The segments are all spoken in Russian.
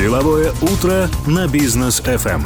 Деловое утро на Бизнес ФМ.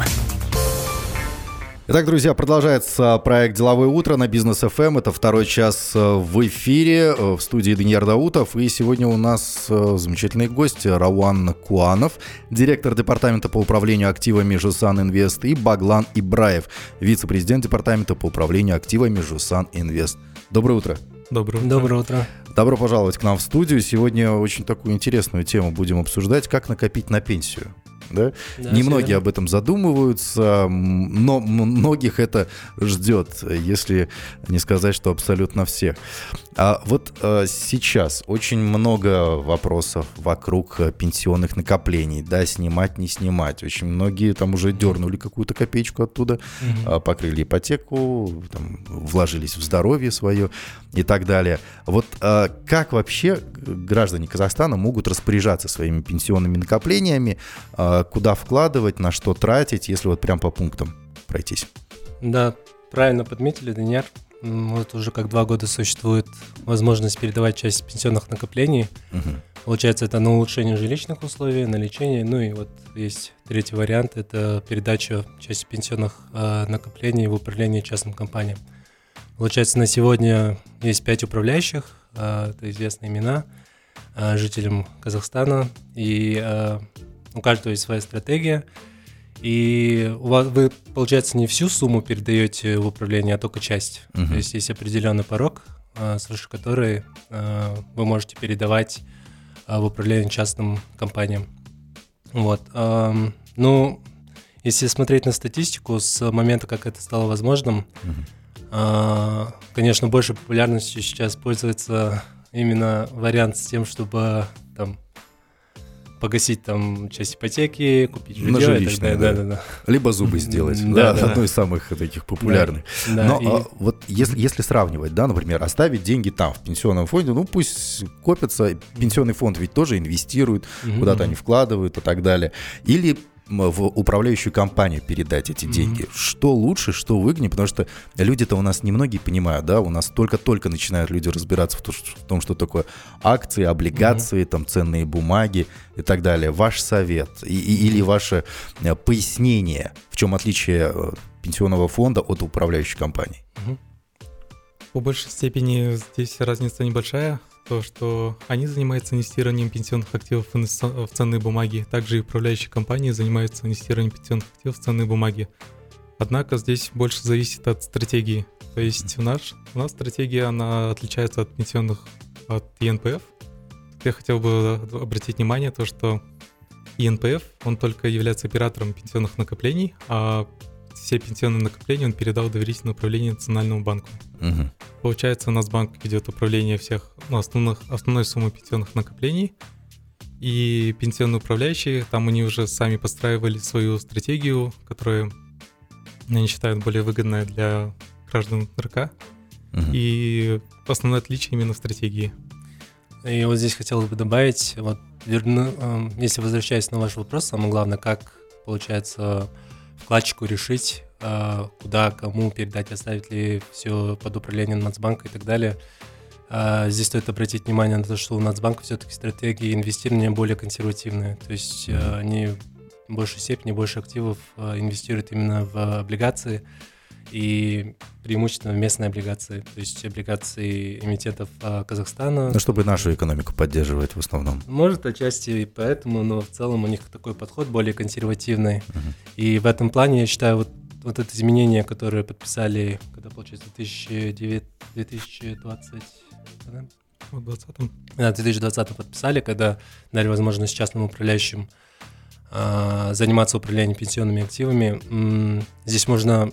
Итак, друзья, продолжается проект «Деловое утро» на Бизнес ФМ. Это второй час в эфире в студии Даниил Даутов. И сегодня у нас замечательный гость Рауан Куанов, директор департамента по управлению активами Жусан Инвест, и Баглан Ибраев, вице-президент департамента по управлению активами Жусан Инвест. Доброе утро. Доброе утро. Добро пожаловать к нам в студию. Сегодня очень такую интересную тему будем обсуждать: как накопить на пенсию. Да? Немногие об этом задумываются, но многих это ждет, если не сказать, что абсолютно всех. А вот сейчас очень много вопросов вокруг пенсионных накоплений, да, снимать, не снимать. Очень многие там уже дернули какую-то копеечку оттуда, покрыли ипотеку, там, вложились в здоровье свое и так далее. Вот как вообще граждане Казахстана могут распоряжаться своими пенсионными накоплениями, куда вкладывать, на что тратить, если вот прям по пунктам пройтись? Да, правильно подметили, Даниил. Вот уже как 2 года существует возможность передавать часть пенсионных накоплений. Получается, это на улучшение жилищных условий, на лечение. Ну и вот есть третий вариант, это передача части пенсионных накоплений в управление частным компаниям. Получается, на сегодня есть 5 управляющих, это известные имена жителям Казахстана, и у каждого есть своя стратегия. И вы, получается, не всю сумму передаете в управление, а только часть. То есть есть определенный порог, свыше которой вы можете передавать в управление частным компаниям. Вот. Ну, если смотреть на статистику, с момента, как это стало возможным, конечно, большей популярностью сейчас пользуется именно вариант с тем, чтобы там погасить там часть ипотеки, купить жилье. На жилищное, да. Либо зубы сделать. Одно из самых таких популярных. Но вот если сравнивать, да, например, оставить деньги там, в пенсионном фонде, ну пусть копятся, пенсионный фонд ведь тоже инвестирует, куда-то они вкладывают и так далее. Или в управляющую компанию передать эти деньги. Что лучше, что выгоднее, потому что люди-то у нас немногие понимают, да, у нас только-только начинают люди разбираться в том, что такое акции, облигации, там, ценные бумаги и так далее. Ваш совет или ваше пояснение, в чем отличие пенсионного фонда от управляющей компании? По большей степени здесь разница небольшая. То, что они занимаются инвестированием пенсионных активов в ценные бумаги, также и управляющие компании занимаются инвестированием пенсионных активов в ценные бумаги. Однако здесь больше зависит от стратегии. То есть у нас стратегия, она отличается от ЕНПФ. Я хотел бы обратить внимание то, что ЕНПФ, он только является оператором пенсионных накоплений, а все пенсионные накопления он передал в доверительное управление Национальному банку. Получается, у нас банк ведет управление всех основной суммы пенсионных накоплений, и пенсионные управляющие, там они уже сами подстраивали свою стратегию, которую они считают более выгодной для граждан РК, и основное отличие именно в стратегии. И вот здесь хотелось бы добавить, вот, если возвращаясь на ваш вопрос, самое главное, как, получается, вкладчику решить, куда, кому передать, оставить ли все под управлением Нацбанка и так далее. Здесь стоит обратить внимание на то, что у Нацбанка все-таки стратегии инвестирования более консервативные. То есть они в большей степени, больше активов инвестируют именно в облигации и преимущественно в местные облигации. То есть облигации эмитентов Казахстана. Ну, чтобы нашу экономику поддерживать в основном. Может, отчасти и поэтому, но в целом у них такой подход более консервативный. И в этом плане, я считаю, вот это изменение, которое подписали, когда, получается, в 2020 подписали, когда дали возможность частным управляющим заниматься управлением пенсионными активами. Здесь можно...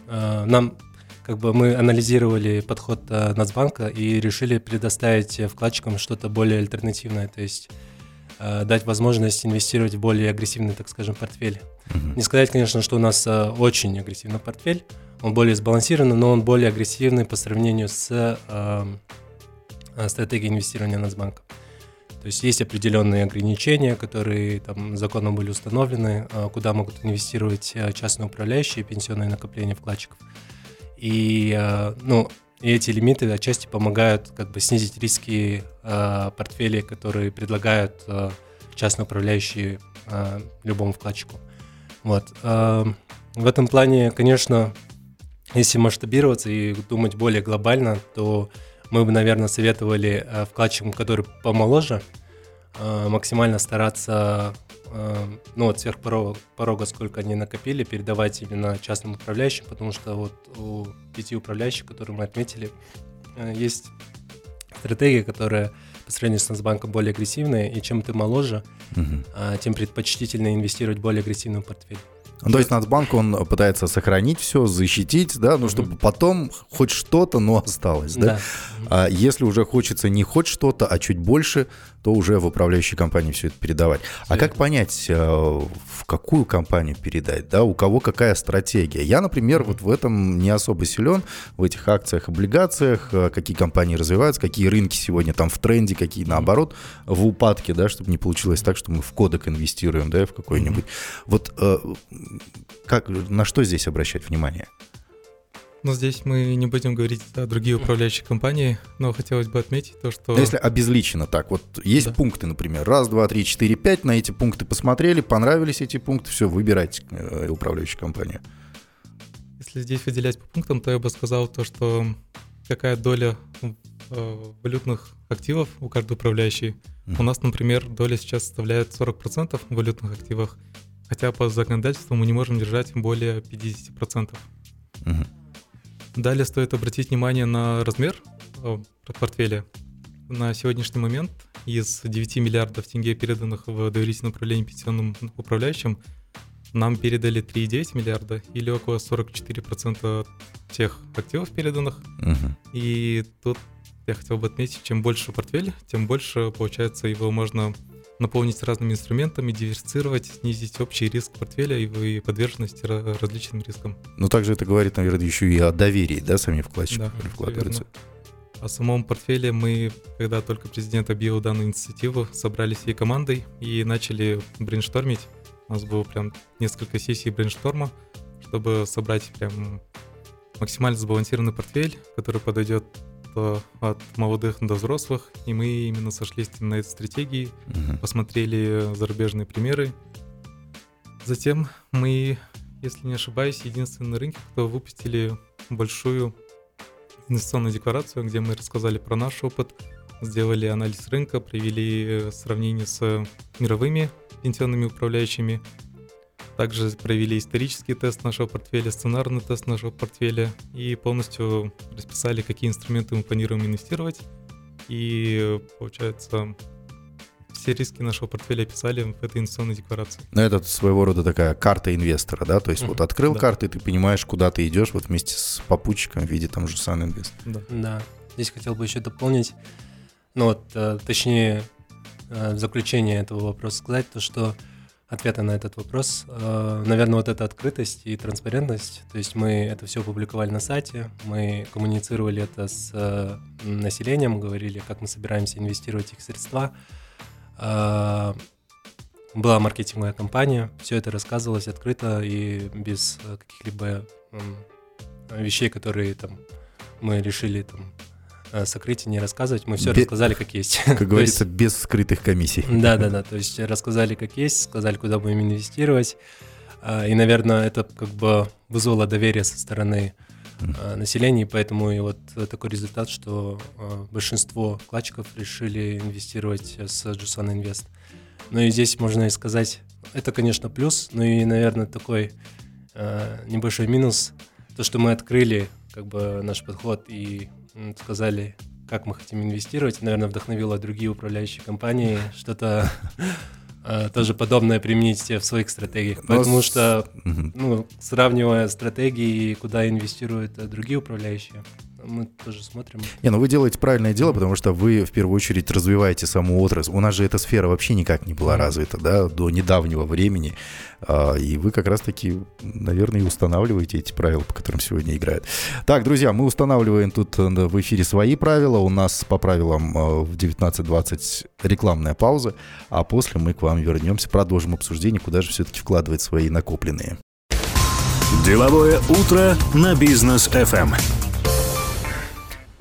мы анализировали подход Нацбанка и решили предоставить вкладчикам что-то более альтернативное, то есть дать возможность инвестировать в более агрессивный, так скажем, портфель. Не сказать, конечно, что у нас очень агрессивный портфель, он более сбалансированный, но он более агрессивный по сравнению с стратегией инвестирования Нацбанка. То есть есть определенные ограничения, которые там законом были установлены, куда могут инвестировать частные управляющие, пенсионные накопления вкладчиков. И эти лимиты отчасти помогают снизить риски портфелей, которые предлагают частный управляющий любому вкладчику. Вот. В этом плане, конечно, если масштабироваться и думать более глобально, то мы бы, наверное, советовали вкладчикам, которые помоложе, максимально стараться, сверх порога, сколько они накопили, передавать именно частным управляющим, потому что вот у 5 управляющих, которые мы отметили, есть стратегия, которая по сравнению с Нацбанком более агрессивная, и чем ты моложе, тем предпочтительно инвестировать в более агрессивный портфель. То есть Нацбанк, он пытается сохранить все, защитить, да, чтобы потом хоть что-то, но осталось, да? А если уже хочется не хоть что-то, а чуть больше, то уже в управляющей компании все это передавать. А как понять, в какую компанию передать, да, у кого какая стратегия? Я, например, вот в этом не особо силен, в этих акциях, облигациях, какие компании развиваются, какие рынки сегодня там в тренде, какие наоборот в упадке, да, чтобы не получилось так, что мы в кодек инвестируем, да, в какой-нибудь. Вот на что здесь обращать внимание? Ну, здесь мы не будем говорить о другие управляющие компании, но хотелось бы отметить то, что... Если обезличенно так, вот есть пункты, например, 1, 2, 3, 4, 5, на эти пункты посмотрели, понравились эти пункты, все, выбирайте управляющую компанию. Если здесь выделять по пунктам, то я бы сказал то, что какая доля валютных активов у каждой управляющей. У нас, например, доля сейчас составляет 40% в валютных активах, хотя по законодательству мы не можем держать более 50%. Далее стоит обратить внимание на размер портфеля. На сегодняшний момент из 9 миллиардов тенге, переданных в доверительное управление пенсионным управляющим, нам передали 3,9 миллиарда, или около 44% всех активов переданных. И тут я хотел бы отметить, чем больше портфель, тем больше, получается, его можно наполнить разными инструментами, диверсифицировать, снизить общий риск портфеля и подверженность различным рискам. Ну, также это говорит, наверное, еще и о доверии, да, самих вкладчиков? Да, вкладываются. О самом портфеле мы, когда только президент объявил данную инициативу, собрались всей командой и начали брейнштормить. У нас было прям несколько сессий брейншторма, чтобы собрать прям максимально сбалансированный портфель, который подойдет от молодых до взрослых, и мы именно сошлись на этой стратегии, посмотрели зарубежные примеры. Затем мы, если не ошибаюсь, единственный на рынке, кто выпустили большую инвестиционную декларацию, где мы рассказали про наш опыт, сделали анализ рынка, провели сравнение с мировыми пенсионными управляющими, также провели исторический тест нашего портфеля, сценарный тест нашего портфеля и полностью расписали, какие инструменты мы планируем инвестировать. И, получается, все риски нашего портфеля описали в этой инвестиционной декларации. Ну, это своего рода такая карта инвестора, да? То есть вот открыл карту, и ты понимаешь, куда ты идешь вот вместе с попутчиком в виде там же Сан-Инвест. Да. Здесь хотел бы еще дополнить, точнее, в заключение этого вопроса сказать, то, что ответа на этот вопрос, наверное, вот эта открытость и транспарентность, то есть мы это все опубликовали на сайте, мы коммуницировали это с населением, говорили, как мы собираемся инвестировать их средства, была маркетинговая кампания, все это рассказывалось открыто и без каких-либо вещей, которые там мы решили там сокрыть и не рассказывать, мы все рассказали как есть. Как говорится, без скрытых комиссий. Да, то есть рассказали как есть, сказали, куда будем инвестировать, и, наверное, это как бы вызвало доверие со стороны населения, поэтому и вот такой результат, что большинство вкладчиков решили инвестировать с Jusan Invest. Ну и здесь можно и сказать, это, конечно, плюс, но и, наверное, такой небольшой минус, то, что мы открыли как бы наш подход и сказали, как мы хотим инвестировать, наверное, вдохновило другие управляющие компании что-то тоже подобное применить в своих стратегиях. Потому что, сравнивая стратегии, куда инвестируют другие управляющие, мы тоже смотрим. Вы делаете правильное дело, потому что вы в первую очередь развиваете саму отрасль. У нас же эта сфера вообще никак не была развита, да, до недавнего времени. И вы как раз-таки, наверное, и устанавливаете эти правила, по которым сегодня играют. Так, друзья, мы устанавливаем тут в эфире свои правила. У нас по правилам в 19:20 рекламная пауза, а после мы к вам вернемся, продолжим обсуждение, куда же все-таки вкладывать свои накопленные. Деловое утро на Бизнес FM.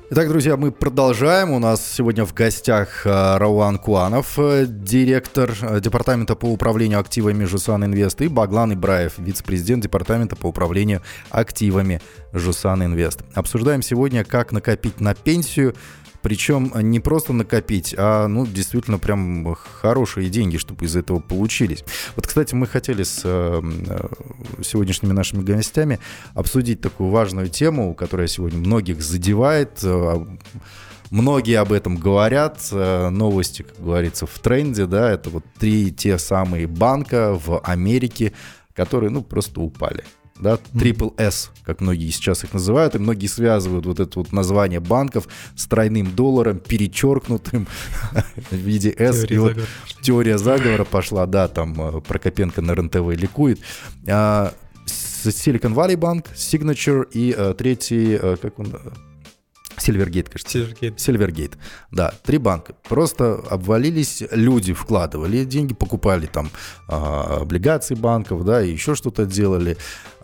Итак, друзья, мы продолжаем. У нас сегодня в гостях Рауан Куанов, директор департамента по управлению активами Жусан Инвест, и Баглан Ибраев, вице-президент департамента по управлению активами Жусан Инвест. Обсуждаем сегодня, как накопить на пенсию. Причем не просто накопить, а действительно прям хорошие деньги, чтобы из этого получились. Вот, кстати, мы хотели с сегодняшними нашими гостями обсудить такую важную тему, которая сегодня многих задевает. Многие об этом говорят. Новости, как говорится, в тренде. Да, это вот те самые банка в Америке, которые просто упали. Да, Triple S, как многие сейчас их называют, и многие связывают вот это вот название банков с тройным долларом, перечеркнутым в виде S. И вот теория заговора пошла, да, там Прокопенко на РЕН-ТВ ликует. Silicon Valley Bank, Signature и третий, как он... Silvergate, кажется. Silvergate. Да, 3 банка. Просто обвалились, люди вкладывали деньги, покупали там облигации банков, да, и еще что-то делали.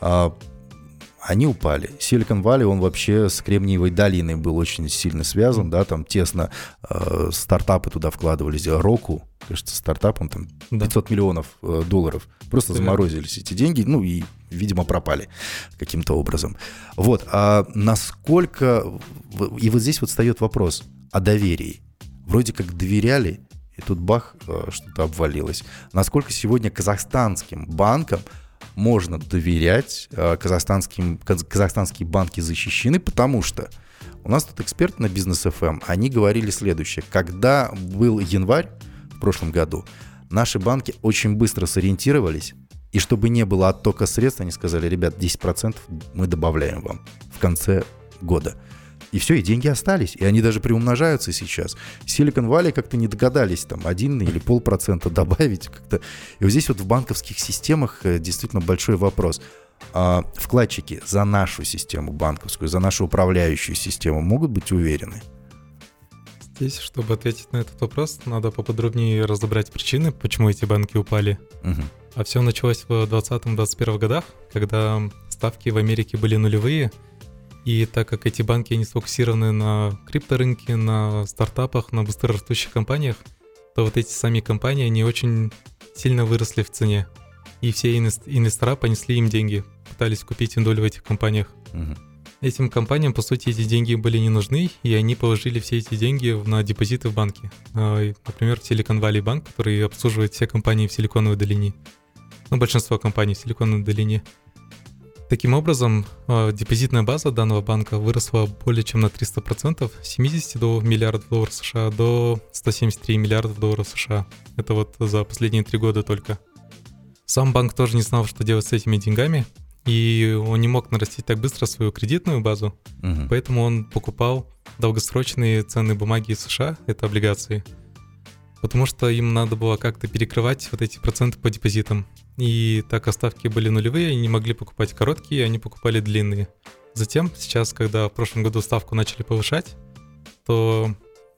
Они упали. Silicon Valley, он вообще с Кремниевой долиной был очень сильно связан, да, там тесно стартапы туда вкладывались. Roku, кажется, стартапом там 500 миллионов долларов. Просто заморозились эти деньги, и, видимо, пропали каким-то образом. Вот, а насколько... И вот здесь вот встает вопрос о доверии. Вроде как доверяли, и тут бах, что-то обвалилось. Насколько сегодня казахстанским банкам можно доверять, казахстанские банки защищены, потому что у нас тут эксперты на Бизнес ФМ, они говорили следующее. Когда был январь в прошлом году, наши банки очень быстро сориентировались, и чтобы не было оттока средств, они сказали: ребят, 10% мы добавляем вам в конце года. И все, и деньги остались, и они даже приумножаются сейчас. Silicon Valley как-то не догадались там 1 или 0,5% добавить как-то. И вот здесь вот в банковских системах действительно большой вопрос. Вкладчики за нашу систему банковскую, за нашу управляющую систему могут быть уверены? Здесь, чтобы ответить на этот вопрос, надо поподробнее разобрать причины, почему эти банки упали. Угу. А все началось в 2020-2021 годах, когда ставки в Америке были нулевые. И так как эти банки не сфокусированы на крипторынке, на стартапах, на быстрорастущих компаниях, то вот эти сами компании, они очень сильно выросли в цене. И все инвестора понесли им деньги, пытались купить им долю в этих компаниях. Угу. Этим компаниям, по сути, эти деньги были не нужны, и они положили все эти деньги на депозиты в банке. Например, Silicon Valley Bank, который обслуживает все компании в Силиконовой долине. Большинство компаний в Силиконовой долине. Таким образом, депозитная база данного банка выросла более чем на 300%, с 70 миллиардов долларов США до 173 миллиардов долларов США. Это вот за последние 3 года только. Сам банк тоже не знал, что делать с этими деньгами, и он не мог нарастить так быстро свою кредитную базу, поэтому он покупал долгосрочные ценные бумаги из США, это облигации, потому что им надо было как-то перекрывать вот эти проценты по депозитам. И так как ставки были нулевые, они не могли покупать короткие, они покупали длинные. Затем, сейчас, когда в прошлом году ставку начали повышать, то,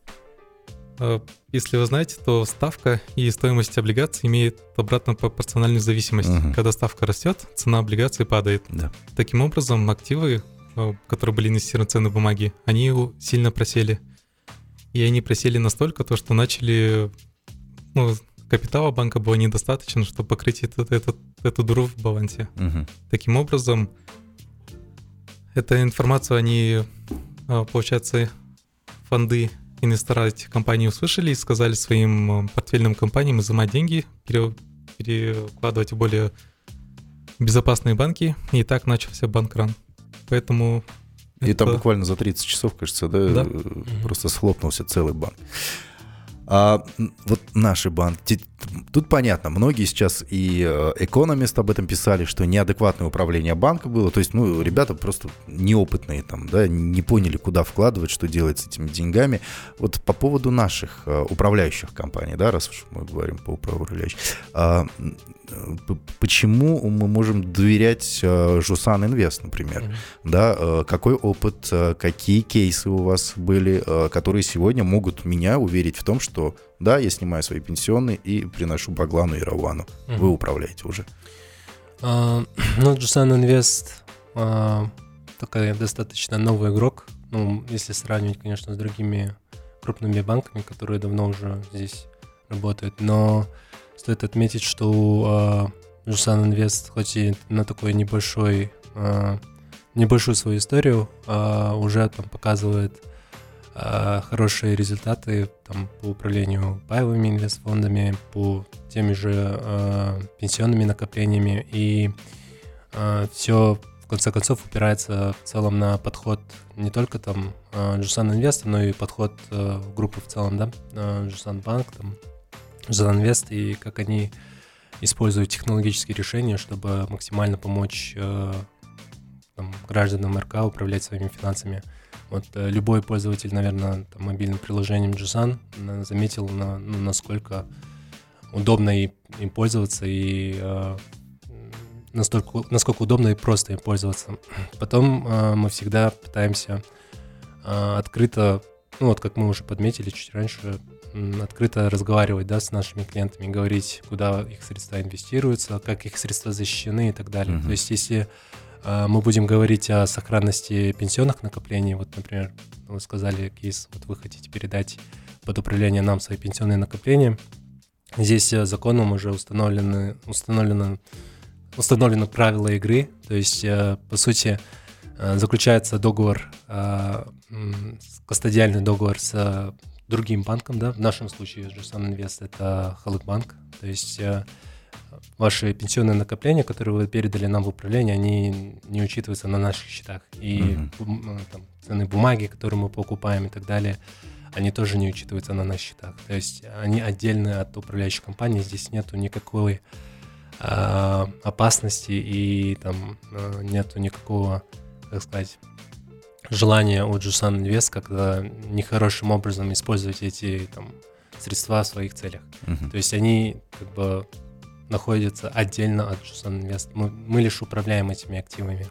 если вы знаете, то ставка и стоимость облигаций имеют обратно пропорциональную зависимость. Когда ставка растет, цена облигаций падает. Да. Таким образом, активы, которые были инвестированы в ценные бумаги, они сильно просели. И они просели настолько, что начали... капитала банка было недостаточно, чтобы покрыть эту дыру в балансе. Таким образом, эту информацию они, получается, фонды, инвестора этих компаний услышали и сказали своим портфельным компаниям изымать деньги, перекладывать в более безопасные банки, и так начался банк-ран. Поэтому... И там буквально за 30 часов, кажется, да? Просто схлопнулся целый банк. А вот наши банки, тут понятно, многие сейчас и Economist об этом писали, что неадекватное управление банка было, то есть, ребята просто неопытные там, да, не поняли, куда вкладывать, что делать с этими деньгами. Вот по поводу наших управляющих компаний, да, раз уж мы говорим по управляющим, почему мы можем доверять Жусан Инвест, например, да, какой опыт, какие кейсы у вас были, которые сегодня могут меня уверить в том, что да, я снимаю свои пенсионные и приношу Баглану и Рауану. Вы управляете уже. Жусан Инвест такой достаточно новый игрок если сравнивать, конечно, с другими крупными банками, которые давно уже здесь работают. Но стоит отметить, что Jusan Invest, хоть и на такой небольшую свою историю, уже там показывает хорошие результаты там, по управлению паевыми инвестфондами, по теми же пенсионными накоплениями. И все, в конце концов, упирается в целом на подход не только там Jusan Invest, но и подход группы в целом, да, Jusan Bank, там, Jusan Invest, и как они используют технологические решения, чтобы максимально помочь гражданам РК управлять своими финансами. Вот любой пользователь, наверное, там, мобильным приложением Jusan заметил, насколько удобно им пользоваться и насколько удобно и просто им пользоваться. Потом мы всегда пытаемся открыто, вот как мы уже подметили чуть раньше, открыто разговаривать, да, с нашими клиентами, говорить, куда их средства инвестируются, как их средства защищены и так далее. То есть если мы будем говорить о сохранности пенсионных накоплений, вот, например, вы сказали кейс, вот вы хотите передать под управление нам свои пенсионные накопления, здесь законом уже установлены правила игры, то есть, по сути, заключается договор, кастодиальный договор с другим банком, да, в нашем случае Jusan Invest это Халык-банк, то есть ваши пенсионные накопления, которые вы передали нам в управление, они не учитываются на наших счетах, и там, ценные бумаги, которые мы покупаем и так далее, они тоже не учитываются на наших счетах, то есть они отдельны от управляющей компании, здесь нету никакой опасности и там нету никакого, так сказать, желания у Jusan Invest как-то нехорошим образом использовать эти там средства в своих целях. То есть они как бы находятся отдельно от Jusan Invest. Мы лишь управляем этими активами.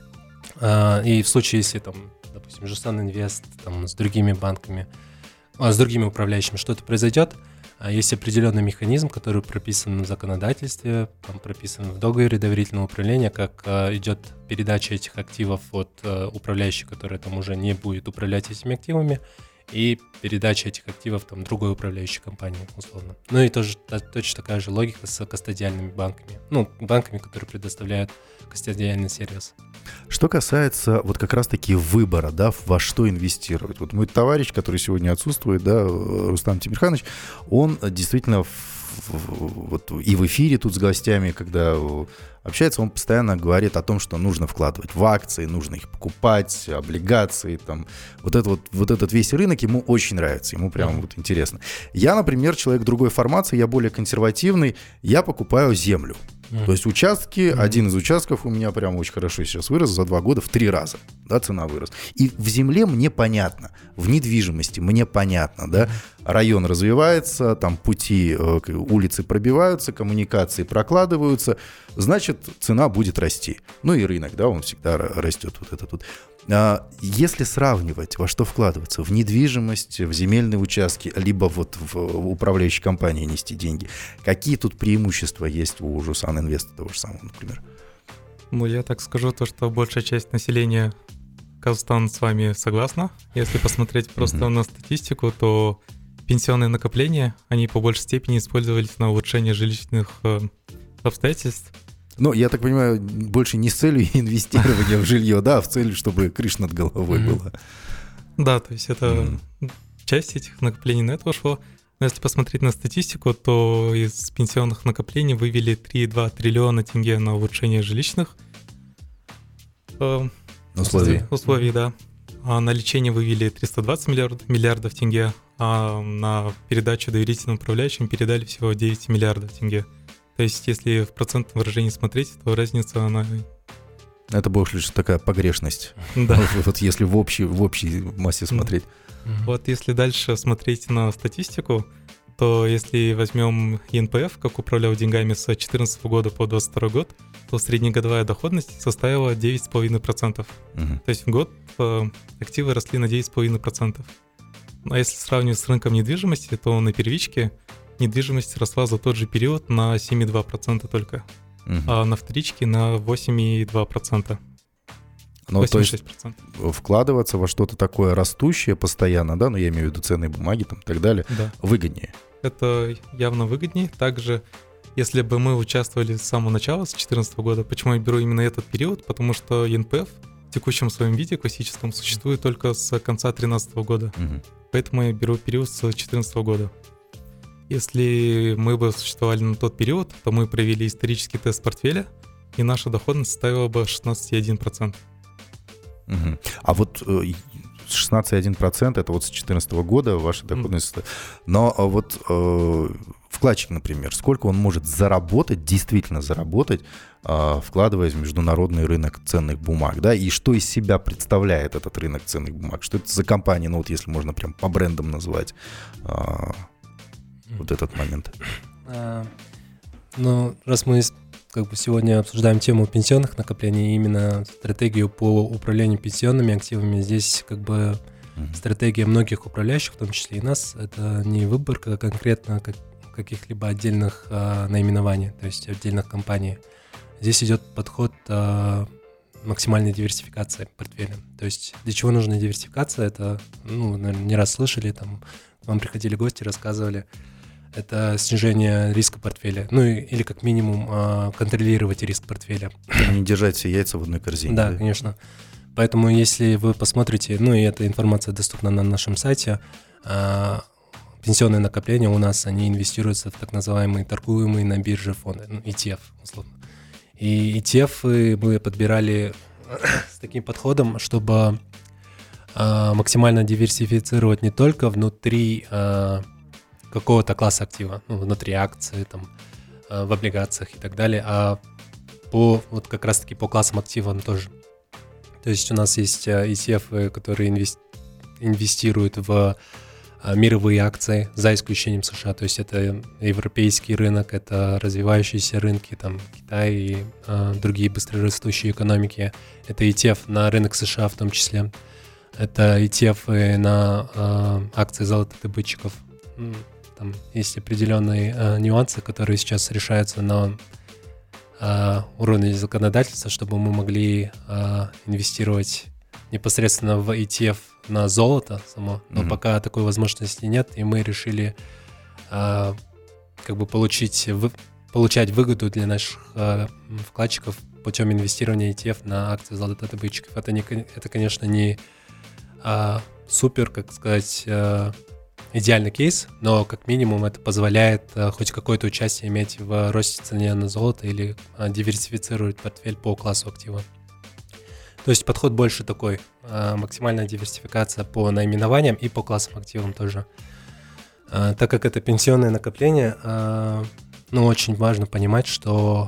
И в случае, если там, допустим, Jusan Invest там, с другими банками, с другими управляющими что-то произойдет, есть определенный механизм, который прописан в законодательстве, там прописан в договоре доверительного управления, как идет передача этих активов от управляющей, которая там уже не будет управлять этими активами, и передача этих активов там другой управляющей компании, условно. Ну и тоже точно такая же логика с кастодиальными банками. Ну, банками, которые предоставляют кастодиальный сервис. Что касается вот как раз-таки выбора, да, во что инвестировать. Вот мой товарищ, который сегодня отсутствует, да, Рустам Тимирханович, он действительно вот и в эфире тут с гостями, когда общается, он постоянно говорит о том, что нужно вкладывать в акции, нужно их покупать, облигации, там, вот этот весь рынок ему очень нравится, ему прям вот интересно. Я, например, человек другой формации, я более консервативный, я покупаю землю. То есть участки, один из участков у меня прям очень хорошо сейчас вырос за 2 года в 3 раза, да, цена выросла. И в земле мне понятно, в недвижимости мне понятно, да, район развивается, там пути, улицы пробиваются, коммуникации прокладываются, значит, цена будет расти. Ну и рынок, да, он всегда растет вот этот вот. Если сравнивать, во что вкладываться, в недвижимость, в земельные участки, либо вот в управляющей компании нести деньги, какие тут преимущества есть у Jusan Invest того же самого, например? Ну, я так скажу, то, что большая часть населения Казахстана с вами согласна. Если посмотреть просто на статистику, то пенсионные накопления, они по большей степени использовались на улучшение жилищных обстоятельств. Ну, я так понимаю, больше не с целью инвестирования в жилье, да, а в целью, чтобы крыша над головой была. Да, то есть это часть этих накоплений на это ушло. Но если посмотреть на статистику, то из пенсионных накоплений вывели 3,2 триллиона тенге на улучшение жилищных условий, да. А на лечение вывели 320 миллиардов тенге, а на передачу доверительным управляющим передали всего 9 миллиардов тенге. То есть, если в процентном выражении смотреть, то разница, она... Это больше лишь такая погрешность. Да. Вот если в общей массе смотреть. Вот если дальше смотреть на статистику, то если возьмем ЕНПФ, как управлял деньгами с 2014 года по 2022 год, то среднегодовая доходность составила 9,5%. То есть в год активы росли на 9,5%. А если сравнивать с рынком недвижимости, то на первичке недвижимость росла за тот же период на 7,2% только, а на вторичке на 8,2%. 86%. То есть вкладываться во что-то такое растущее постоянно, да, я имею в виду ценные бумаги там, и так далее, Да. выгоднее. Это явно выгоднее. Также, если бы мы участвовали с самого начала, с 2014 года, почему я беру именно этот период? Потому что ЕНПФ в текущем своем виде, классическом, существует только с конца 2013 года. Поэтому я беру период с 2014 года. Если мы бы существовали на тот период, то мы провели исторический тест портфеля, и наша доходность составила бы 16,1%. А вот 16,1% это вот с 2014 года ваша доходность. Но вот вкладчик, например, сколько он может заработать, действительно заработать, вкладываясь в международный рынок ценных бумаг, да, и что из себя представляет этот рынок ценных бумаг? Что это за компания, если можно прям по брендам назвать вот этот момент? Раз мы сегодня обсуждаем тему пенсионных накоплений, именно стратегию по управлению пенсионными активами, здесь стратегия многих управляющих, в том числе и нас, это не выборка конкретно каких-либо отдельных наименований, то есть отдельных компаний. Здесь идет подход максимальной диверсификации портфеля. То есть для чего нужна диверсификация? Это, наверное, не раз слышали, к вам приходили гости, рассказывали. Это снижение риска портфеля. Или как минимум контролировать риск портфеля. Не держать все яйца в одной корзине. Да, конечно. Поэтому если вы посмотрите, и эта информация доступна на нашем сайте, пенсионные накопления у нас, они инвестируются в так называемые торгуемые на бирже фонды, ETF, условно. И ETF мы подбирали с таким подходом, чтобы максимально диверсифицировать не только внутри какого-то класса актива, внутри акций, в облигациях и так далее, а как раз-таки по классам активов тоже. То есть у нас есть ETF, которые инвестируют в мировые акции, за исключением США. То есть это европейский рынок, это развивающиеся рынки, Китай и другие быстрорастущие экономики. Это ETF на рынок США в том числе. Это ETF на акции золотодобытчиков. Там есть определенные нюансы, которые сейчас решаются на уровне законодательства, чтобы мы могли инвестировать непосредственно в ETF на золото само, но пока такой возможности нет, и мы решили получать выгоду для наших вкладчиков путем инвестирования ETF на акции золотодобытчиков. Это, конечно, не супер, идеальный кейс, но как минимум это позволяет хоть какое-то участие иметь в росте цены на золото или диверсифицировать портфель по классу актива. То есть подход больше такой, максимальная диверсификация по наименованиям и по классам активам тоже. Так как это пенсионное накопление, очень важно понимать, что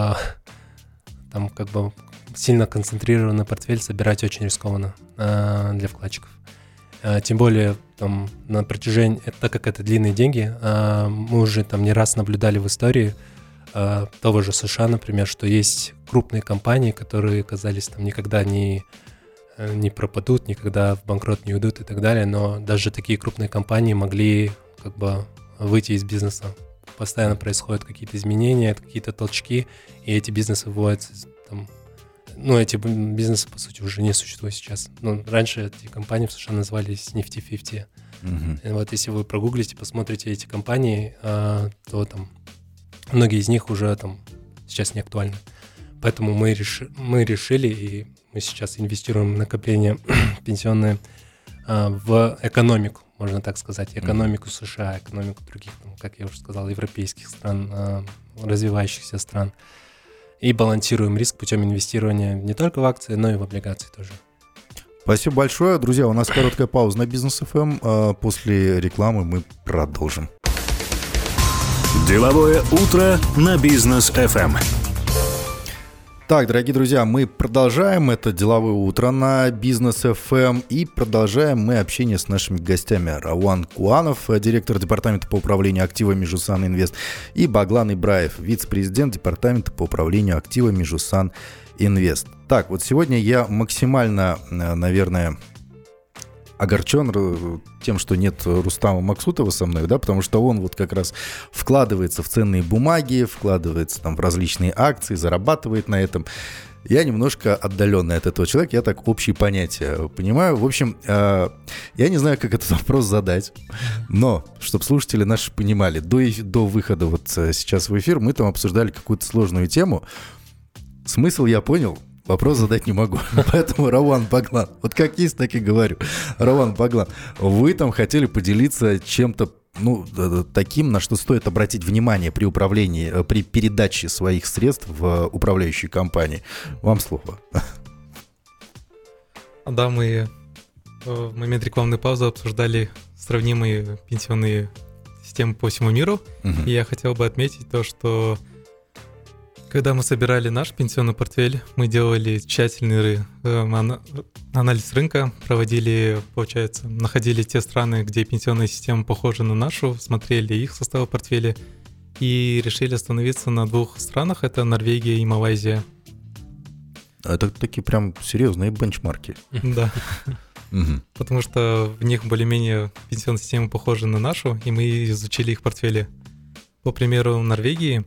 сильно концентрированный портфель собирать очень рискованно для вкладчиков. Тем более, на протяжении, так как это длинные деньги, мы уже не раз наблюдали в истории того же США, например, что есть крупные компании, которые казались никогда не пропадут, никогда в банкрот не уйдут и так далее, но даже такие крупные компании могли выйти из бизнеса. Постоянно происходят какие-то изменения, какие-то толчки, и эти бизнесы выводятся эти бизнесы, по сути, уже не существуют сейчас. Раньше эти компании в США назывались Nifty 50. И если вы прогуглите, посмотрите эти компании, то многие из них уже сейчас не актуальны. Поэтому мы решили, и мы сейчас инвестируем в накопления пенсионные в экономику, можно так сказать, экономику США, экономику других, как я уже сказал, европейских стран, развивающихся стран. И балансируем риск путем инвестирования не только в акции, но и в облигации тоже. Спасибо большое. Друзья, у нас короткая пауза на Бизнес FM. После рекламы мы продолжим. Деловое утро на Бизнес FM. Так, дорогие друзья, мы продолжаем это деловое утро на Бизнес FM и продолжаем мы общение с нашими гостями. Рауан Куанов, директор департамента по управлению активами Жусан Инвест, и Баглан Ибраев, вице-президент департамента по управлению активами Жусан Инвест. Так, вот сегодня я максимально, наверное, огорчен тем, что нет Рустама Максутова со мной, да, потому что он вот как раз вкладывается в ценные бумаги, вкладывается там в различные акции, зарабатывает на этом. Я немножко отдаленный от этого человека, я так общие понятия понимаю. В общем, я не знаю, как этот вопрос задать, но, чтобы слушатели наши понимали, до выхода вот сейчас в эфир мы там обсуждали какую-то сложную тему. Смысл я понял, вопрос задать не могу. Поэтому, Рауан Баглан, вот как есть, так и говорю. Рауан Баглан, вы там хотели поделиться чем-то, ну, таким, на что стоит обратить внимание при управлении, при передаче своих средств в управляющие компании. Вам слово. Да, мы в момент рекламной паузы обсуждали сравнимые пенсионные системы по всему миру. И я хотел бы отметить то, что когда мы собирали наш пенсионный портфель, мы делали тщательный анализ рынка, проводили, получается, находили те страны, где пенсионная система похожа на нашу, смотрели их составы портфеля и решили остановиться на 2 странах, это Норвегия и Малайзия. Это такие прям серьезные бенчмарки. Да, потому что в них более-менее пенсионная система похожа на нашу, и мы изучили их портфели. По примеру Норвегии,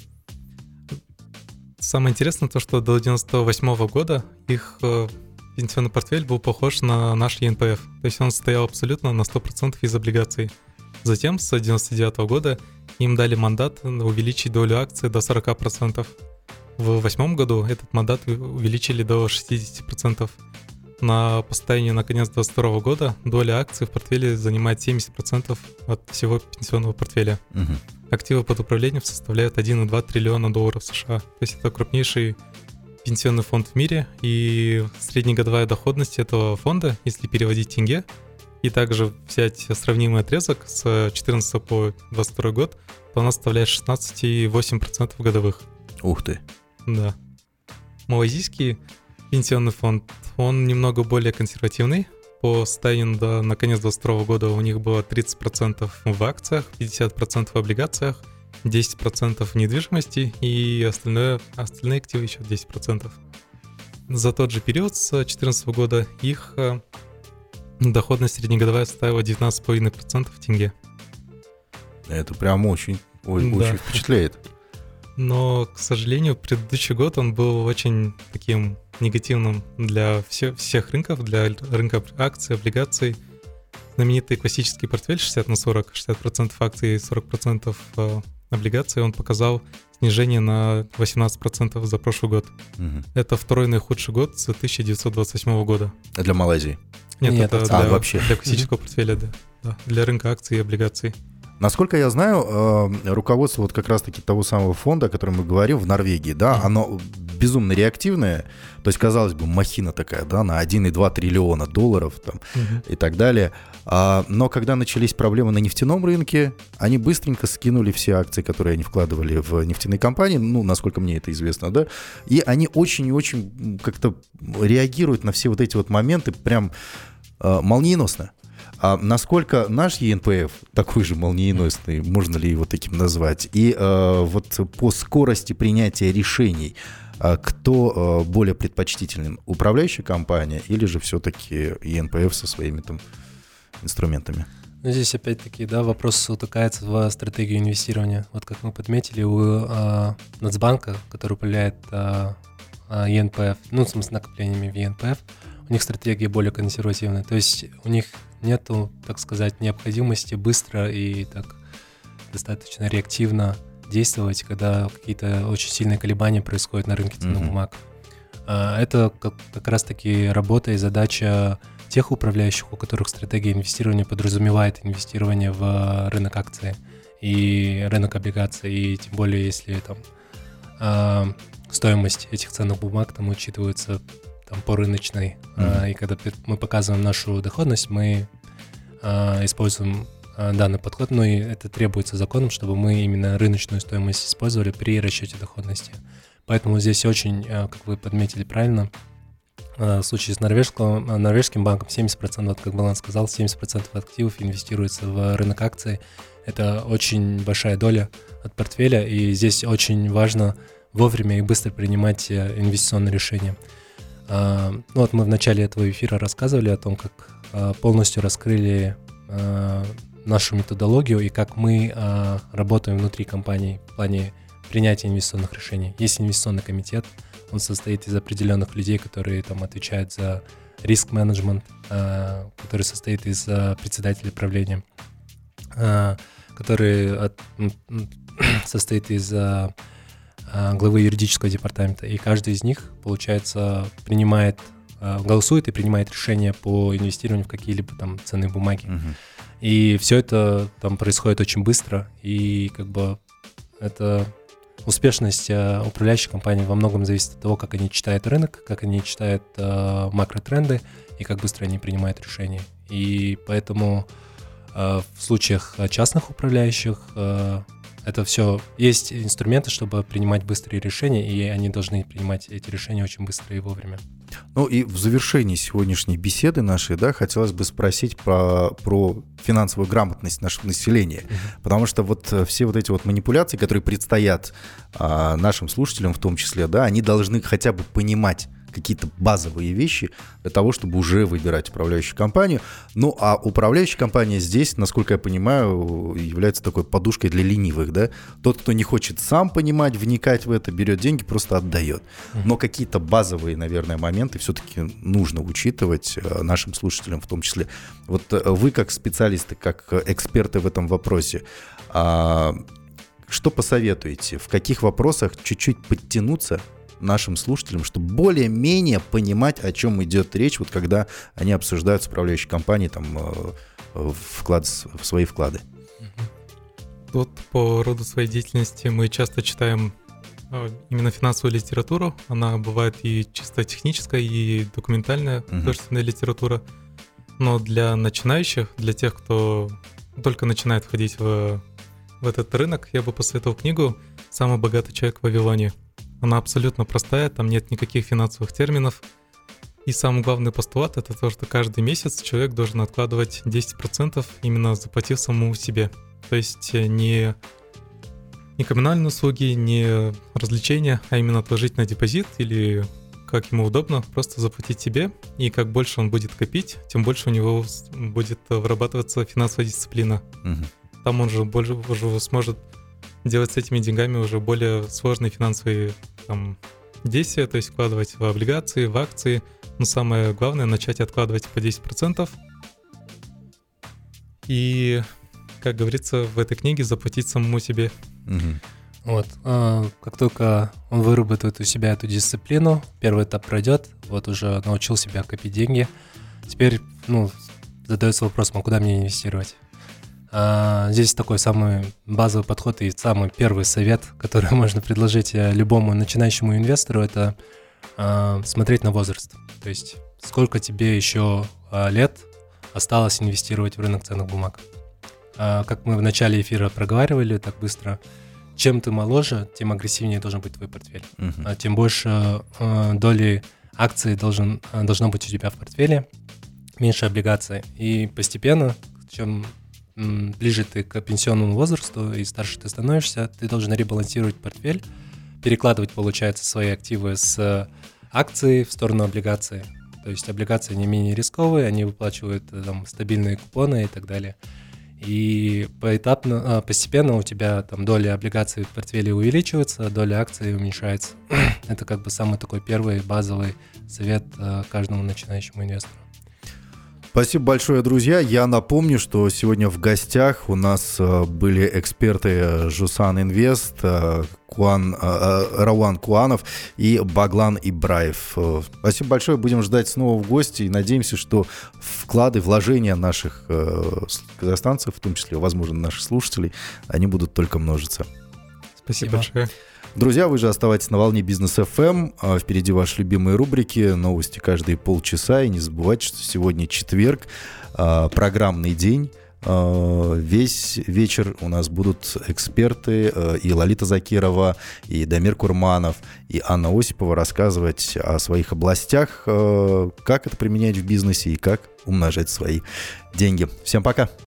самое интересное то, что до 1998 года их пенсионный портфель был похож на наш ЕНПФ. То есть он состоял абсолютно на 100% из облигаций. Затем, с 1999 года, им дали мандат увеличить долю акций до 40%. В 2008 году этот мандат увеличили до 60%. По состоянию на конец 2022 года доля акций в портфеле занимает 70% от всего пенсионного портфеля. Активы под управлением составляют 1,2 триллиона долларов США. То есть это крупнейший пенсионный фонд в мире, и среднегодовая доходность этого фонда, если переводить в тенге, и также взять сравнимый отрезок с 2014 по 2022 год, то она составляет 16,8% годовых. Ух ты. Да. Малайзийский пенсионный фонд, он немного более консервативный. По состоянию на конец 2022 года у них было 30% в акциях, 50% в облигациях, 10% в недвижимости и остальные активы еще 10%. За тот же период с 2014 года их доходность среднегодовая составила 19,5% в тенге. Это прям очень впечатляет. Но, к сожалению, предыдущий год он был очень таким негативным для всех рынков, для рынка акций, облигаций. Знаменитый классический портфель 60/40, 60% акций и 40% облигаций, он показал снижение на 18% за прошлый год. Это второй наихудший год с 1928 года. А для Малайзии? Нет, это вообще. Для классического портфеля, да, для рынка акций и облигаций. Насколько я знаю, руководство вот как раз-таки того самого фонда, о котором мы говорим, в Норвегии, да, оно безумно реактивное, то есть, казалось бы, махина такая, да, на 1,2 триллиона долларов там, и так далее. Но когда начались проблемы на нефтяном рынке, они быстренько скинули все акции, которые они вкладывали в нефтяные компании, ну, насколько мне это известно, да, и они очень и очень как-то реагируют на все вот эти вот моменты прям молниеносно. А насколько наш ЕНПФ такой же молниеносный, можно ли его таким назвать? И вот по скорости принятия решений, кто более предпочтителен? Управляющая компания или же все-таки ЕНПФ со своими там инструментами? Ну, здесь опять-таки, да, вопрос утыкается в стратегию инвестирования. Вот как мы подметили, у Нацбанка, который управляет ЕНПФ, ну, в смысле накоплениями в ЕНПФ, у них стратегия более консервативная. То есть у них нету, так сказать, необходимости быстро и так достаточно реактивно действовать, когда какие-то очень сильные колебания происходят на рынке ценных бумаг. Это как раз-таки работа и задача тех управляющих, у которых стратегия инвестирования подразумевает инвестирование в рынок акций и рынок облигаций, и тем более, если там стоимость этих ценных бумаг там учитывается там по рыночной, и когда мы показываем нашу доходность, мы используем данный подход, но и это требуется законом, чтобы мы именно рыночную стоимость использовали при расчете доходности. Поэтому здесь очень, как вы подметили правильно, в случае с норвежским банком 70%, вот как Балан сказал, 70% активов инвестируется в рынок акций. Это очень большая доля от портфеля, и здесь очень важно вовремя и быстро принимать инвестиционные решения. Вот мы в начале этого эфира рассказывали о том, как полностью раскрыли нашу методологию и как мы работаем внутри компании в плане принятия инвестиционных решений. Есть инвестиционный комитет, он состоит из определенных людей, которые там отвечают за риск-менеджмент, который состоит из председателя правления, который состоит из главы юридического департамента. И каждый из них, получается, голосует и принимает решения по инвестированию в какие-либо там ценные бумаги. И все это там происходит очень быстро, и как бы это успешность управляющей компании во многом зависит от того, как они читают рынок, как они читают макротренды и как быстро они принимают решения. И поэтому в случаях частных управляющих это все есть инструменты, чтобы принимать быстрые решения, и они должны принимать эти решения очень быстро и вовремя. Ну и в завершении сегодняшней беседы нашей, да, хотелось бы спросить про финансовую грамотность нашего населения, потому что вот все вот эти вот манипуляции, которые предстоят нашим слушателям в том числе, да, они должны хотя бы понимать какие-то базовые вещи для того, чтобы уже выбирать управляющую компанию. Ну, а управляющая компания здесь, насколько я понимаю, является такой подушкой для ленивых, да? Тот, кто не хочет сам понимать, вникать в это, берет деньги, просто отдает. Но какие-то базовые, наверное, моменты все-таки нужно учитывать нашим слушателям в том числе. Вот вы как специалисты, как эксперты в этом вопросе, что посоветуете? В каких вопросах чуть-чуть подтянуться нашим слушателям, чтобы более-менее понимать, о чем идет речь, вот когда они обсуждают с управляющей компанией там, свои вклады? Вот по роду своей деятельности мы часто читаем именно финансовую литературу. Она бывает и чисто техническая, и документальная художественная литература. Но для начинающих, для тех, кто только начинает входить в этот рынок, я бы посоветовал книгу «Самый богатый человек в Вавилоне». Она абсолютно простая, там нет никаких финансовых терминов. И самый главный постулат — это то, что каждый месяц человек должен откладывать 10%, именно заплатив самому себе. То есть не коммунальные услуги, не развлечения, а именно отложить на депозит или, как ему удобно, просто заплатить себе. И как больше он будет копить, тем больше у него будет вырабатываться финансовая дисциплина. Там он же больше уже сможет делать с этими деньгами уже более сложные финансовые действия, то есть вкладывать в облигации, в акции. Но самое главное — начать откладывать по 10%. И, как говорится в этой книге, заплатить самому себе. Вот. Как только он выработает у себя эту дисциплину, первый этап пройдет, вот уже научил себя копить деньги. Теперь задается вопросом, а куда мне инвестировать? Здесь такой самый базовый подход и самый первый совет, который можно предложить любому начинающему инвестору, это смотреть на возраст. То есть сколько тебе еще лет осталось инвестировать в рынок ценных бумаг. Как мы в начале эфира проговаривали так быстро, чем ты моложе, тем агрессивнее должен быть твой портфель. Тем больше доли акций должно быть у тебя в портфеле, меньше облигаций. И постепенно, чем ближе ты к пенсионному возрасту и старше ты становишься, ты должен ребалансировать портфель, перекладывать, получается, свои активы с акций в сторону облигаций. То есть облигации не менее рисковые, они выплачивают там стабильные купоны и так далее. И поэтапно, постепенно у тебя там доля облигаций в портфеле увеличивается, доля акций уменьшается. Это как бы самый такой первый базовый совет каждому начинающему инвестору. Спасибо большое, друзья. Я напомню, что сегодня в гостях у нас были эксперты Жусан Инвест, Рауан Куанов и Баглан Ибраев. Спасибо большое. Будем ждать снова в гости и надеемся, что вложения наших казахстанцев, в том числе, возможно, наших слушателей, они будут только множиться. Спасибо большое. Друзья, вы же оставайтесь на волне Бизнес FM. Впереди ваши любимые рубрики, новости каждые полчаса. И не забывайте, что сегодня четверг, программный день. Весь вечер у нас будут эксперты, и Лолита Закирова, и Дамир Курманов, и Анна Осипова рассказывать о своих областях, как это применять в бизнесе и как умножать свои деньги. Всем пока!